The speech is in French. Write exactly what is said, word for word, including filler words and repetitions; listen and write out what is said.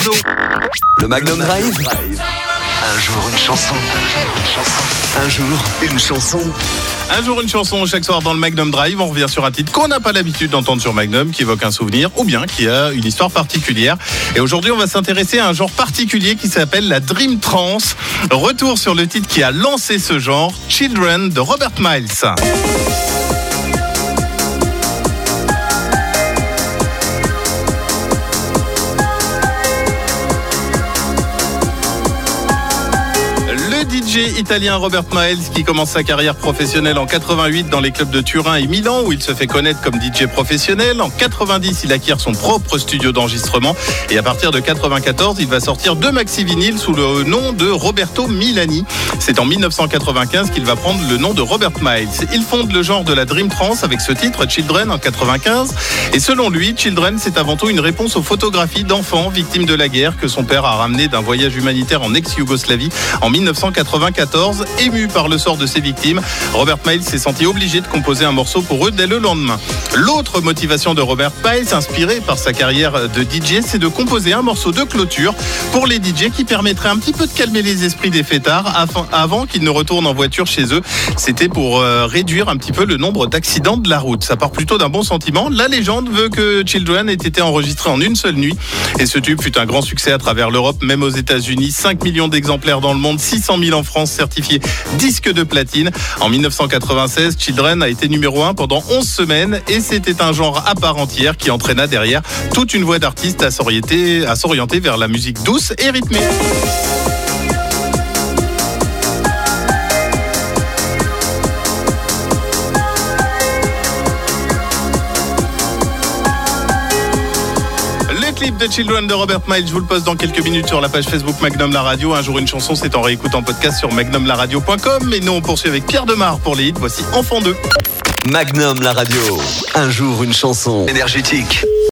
morceau. Le Magnum Drive. Un jour une chanson. Un jour une chanson. Un jour une chanson, chaque soir dans le Magnum Drive, on revient sur un titre qu'on n'a pas l'habitude d'entendre sur Magnum, qui évoque un souvenir ou bien qui a une histoire particulière. Et aujourd'hui, on va s'intéresser à un genre particulier qui s'appelle la Dream Trance. Retour sur le titre qui a lancé ce genre, Children de Robert Miles. D J italien Robert Miles qui commence sa carrière professionnelle en quatre-vingt-huit dans les clubs de Turin et Milan où il se fait connaître comme D J professionnel. En quatre-vingt-dix, il acquiert son propre studio d'enregistrement et à partir de quatre-vingt-quatorze, il va sortir deux maxi-vinyles sous le nom de Roberto Milani. C'est en dix-neuf cent quatre-vingt-quinze qu'il va prendre le nom de Robert Miles. Il fonde le genre de la Dream Trance avec ce titre Children en quatre-vingt-quinze et selon lui, Children c'est avant tout une réponse aux photographies d'enfants victimes de la guerre que son père a ramené d'un voyage humanitaire en ex-Yougoslavie en dix-neuf cent quatre-vingt-quatorze. Ému par le sort de ses victimes, Robert Miles s'est senti obligé de composer un morceau pour eux dès le lendemain. L'autre motivation de Robert Miles, inspiré par sa carrière de D J, c'est de composer un morceau de clôture pour les D J qui permettrait un petit peu de calmer les esprits des fêtards avant qu'ils ne retournent en voiture chez eux. C'était pour euh, réduire un petit peu le nombre d'accidents de la route. Ça part plutôt d'un bon sentiment. La légende veut que Children ait été enregistré en une seule nuit et ce tube fut un grand succès à travers l'Europe, même aux États-Unis. cinq millions d'exemplaires dans le monde, six cent mille en France, certifié disque de platine. En dix-neuf cent quatre-vingt-seize, Children a été numéro un pendant onze semaines et c'était un genre à part entière qui entraîna derrière toute une voie d'artiste à s'orienter, à s'orienter vers la musique douce et rythmée. Le clip de Children de Robert Miles, je vous le poste dans quelques minutes sur la page Facebook Magnum La Radio. Un jour une chanson, c'est en réécoute en podcast sur magnum la radio point com. Et nous on poursuit avec Pierre Demar pour les hits. Voici Enfant deux. Magnum La Radio. Un jour une chanson énergétique.